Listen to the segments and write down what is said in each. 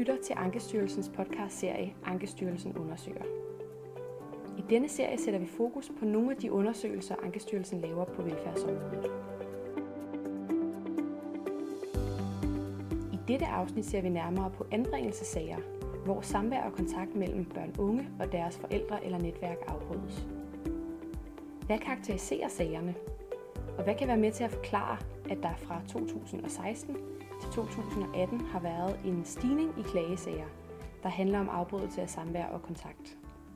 lytter til Ankestyrelsens podcastserie Ankestyrelsen undersøger. I denne serie sætter vi fokus på nogle af de undersøgelser, Ankestyrelsen laver på velfærdsområdet. I dette afsnit ser vi nærmere på anbringelsessager, hvor samvær og kontakt mellem børn og unge og deres forældre eller netværk afbrydes. Hvad karakteriserer sagerne? Og hvad kan være med til at forklare, at der fra 2016 til 2018 har været en stigning i klagesager, der handler om afbrydelse af samvær og kontakt?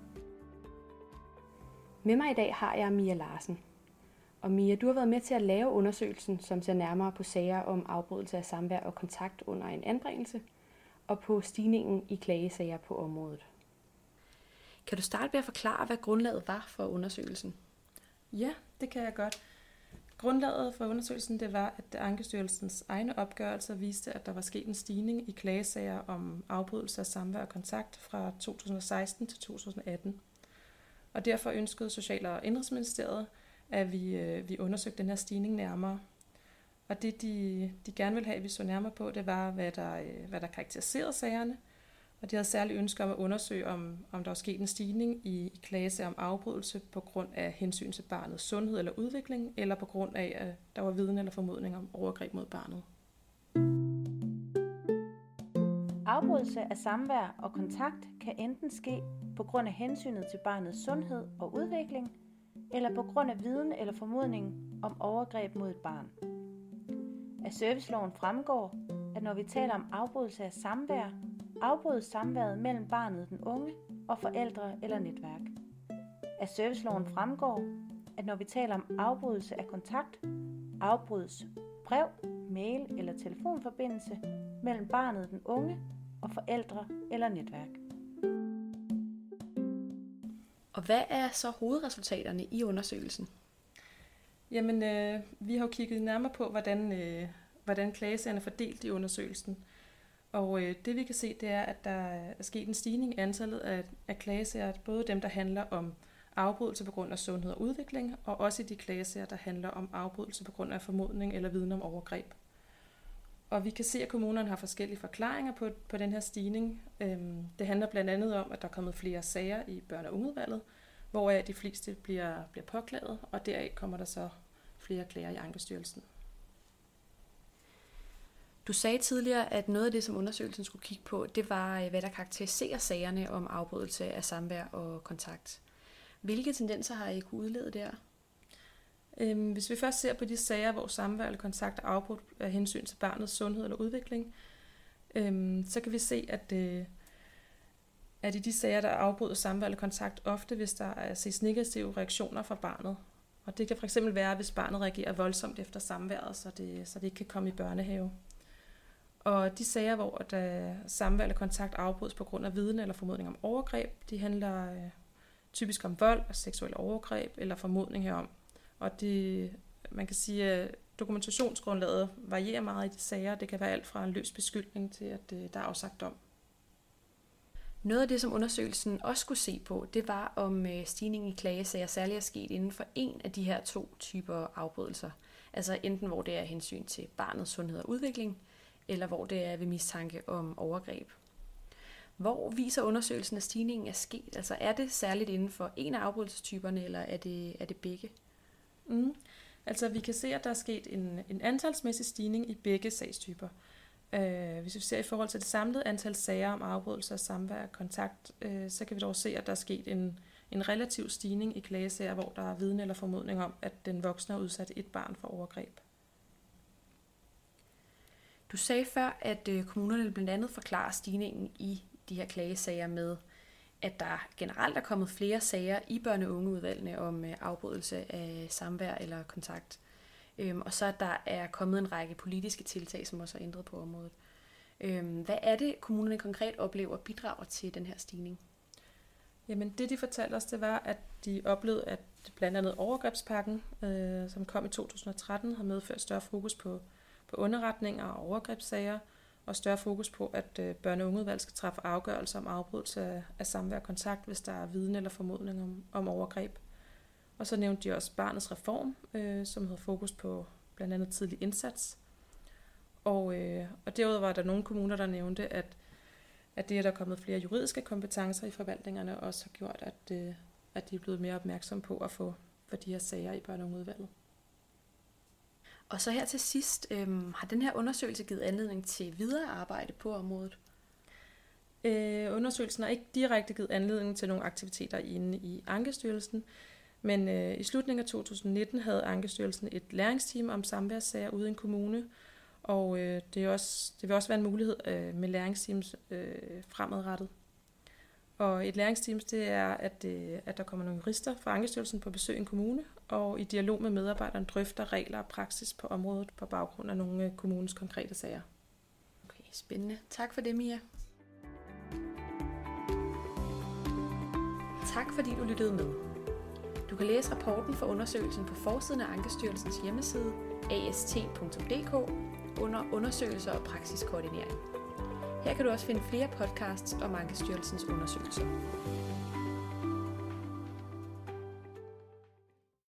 Med mig i dag har jeg Mia Larsen. Og Mia, du har været med til at lave undersøgelsen, som ser nærmere på sager om afbrydelse af samvær og kontakt under en anbringelse, og på stigningen i klagesager på området. Kan du starte med at forklare, hvad grundlaget var for undersøgelsen? Ja, det kan jeg godt. Grundlaget for undersøgelsen det var, at Ankestyrelsens egne opgørelser viste, at der var sket en stigning i klagesager om afbrydelse af samvær og kontakt fra 2016 til 2018. Og derfor ønskede Social- og Indenrigsministeriet, at vi undersøgte den her stigning nærmere. Og det, de gerne ville have, at vi så nærmere på, det var, hvad der karakteriserede sagerne. Og de havde særligt ønske om at undersøge, om der var sket en stigning i klagesager om afbrydelse på grund af hensyn til barnets sundhed eller udvikling, eller på grund af, at der var viden eller formodning om overgreb mod barnet. Afbrydelse af samvær og kontakt kan enten ske på grund af hensynet til barnets sundhed og udvikling, eller på grund af viden eller formodning om overgreb mod et barn. Af serviceloven fremgår, at når vi taler om afbrydelse af samvær, afbrydes samværet mellem barnet, den unge og forældre eller netværk. Af serviceloven fremgår, at når vi taler om afbrydelse af kontakt, afbrydes brev, mail eller telefonforbindelse mellem barnet, den unge og forældre eller netværk. Og hvad er så hovedresultaterne i undersøgelsen? Jamen, vi har jo kigget nærmere på, hvordan klagesagerne er fordelt i undersøgelsen. Og det vi kan se, det er, at der er sket en stigning i antallet af klagesager, både dem, der handler om afbrydelse på grund af sundhed og udvikling, og også de klagesager, der handler om afbrydelse på grund af formodning eller viden om overgreb. Og vi kan se, at kommunerne har forskellige forklaringer på den her stigning. Det handler blandt andet om, at der er kommet flere sager i børne- og ungeudvalget, hvoraf de fleste bliver påklaget, og deraf kommer der så flere klager i Ankestyrelsen. Du sagde tidligere, at noget af det, som undersøgelsen skulle kigge på, det var, hvad der karakteriserer sagerne om afbrydelse af samvær og kontakt. Hvilke tendenser har I kunne udlede der? Hvis vi først ser på de sager, hvor samvær eller kontakt er afbrudt af hensyn til barnets sundhed eller udvikling, så kan vi se, at i de sager, der afbryder samvær eller kontakt, ofte hvis der ses negative reaktioner fra barnet. Og det kan fx være, hvis barnet reagerer voldsomt efter samværet, så det ikke kan komme i børnehave. Og de sager, hvor der samvær eller kontakt afbrydes på grund af viden eller formodning om overgreb, de handler typisk om vold og seksuelle overgreb eller formodning herom. Og man kan sige, at dokumentationsgrundlaget varierer meget i de sager. Det kan være alt fra en løs beskyldning til, at der er afsagt dom. Noget af det, som undersøgelsen også skulle se på, det var om stigningen i klagesager særligt er sket inden for en af de her to typer afbrydelser. Altså enten hvor det er hensyn til barnets sundhed og udvikling, eller hvor det er ved mistanke om overgreb. Hvor viser undersøgelsen, at stigningen er sket? Altså er det særligt inden for en af afbrydelsestyperne, eller er det begge? Altså vi kan se, at der er sket en antalsmæssig stigning i begge sagstyper. Hvis vi ser i forhold til det samlede antal sager om afbrydelse af samvær og kontakt, så kan vi dog se, at der er sket en relativ stigning i klagesager, hvor der er viden eller formodning om, at den voksne har udsat et barn for overgreb. Du sagde før, at kommunerne blandt andet forklarer stigningen i de her klagesager med, at der generelt er kommet flere sager i børne- og ungeudvalgene om afbrydelse af samvær eller kontakt. Og så at der er kommet en række politiske tiltag, som også har ændret på området. Hvad er det, kommunerne konkret oplever bidrager til den her stigning? Jamen det, de fortalte os, det var, at de oplevede, at blandt andet overgrebspakken, som kom i 2013, har medført større fokus på underretninger og overgrebssager, og større fokus på, at børne- og ungeudvalg skal træffe afgørelser om afbrydelse af samvær og kontakt, hvis der er viden eller formodning om overgreb. Og så nævnte de også barnets reform, som havde fokus på blandt andet tidlig indsats. Og derudover var der nogle kommuner, der nævnte, at det, at der er kommet flere juridiske kompetencer i forvaltningerne, også har gjort, at de er blevet mere opmærksomme på at få for de her sager i børne- og ungeudvalget. Og så her til sidst, har den her undersøgelse givet anledning til videre arbejde på området? Undersøgelsen har ikke direkte givet anledning til nogle aktiviteter inde i Ankestyrelsen, men i slutningen af 2019 havde Ankestyrelsen et læringsteam om samværssager ude i en kommune, og det vil også være en mulighed med læringsteams fremadrettet. Og et læringsteam, det er, at der kommer nogle jurister fra Ankestyrelsen på besøg i en kommune, og i dialog med medarbejderne drøfter regler og praksis på området på baggrund af nogle af kommunens konkrete sager. Okay, spændende. Tak for det, Mia. Tak fordi du lyttede med. Du kan læse rapporten for undersøgelsen på forsiden af Ankestyrelsens hjemmeside ast.dk under undersøgelser og praksiskoordinering. Her kan du også finde flere podcasts om Ankestyrelsens undersøgelser.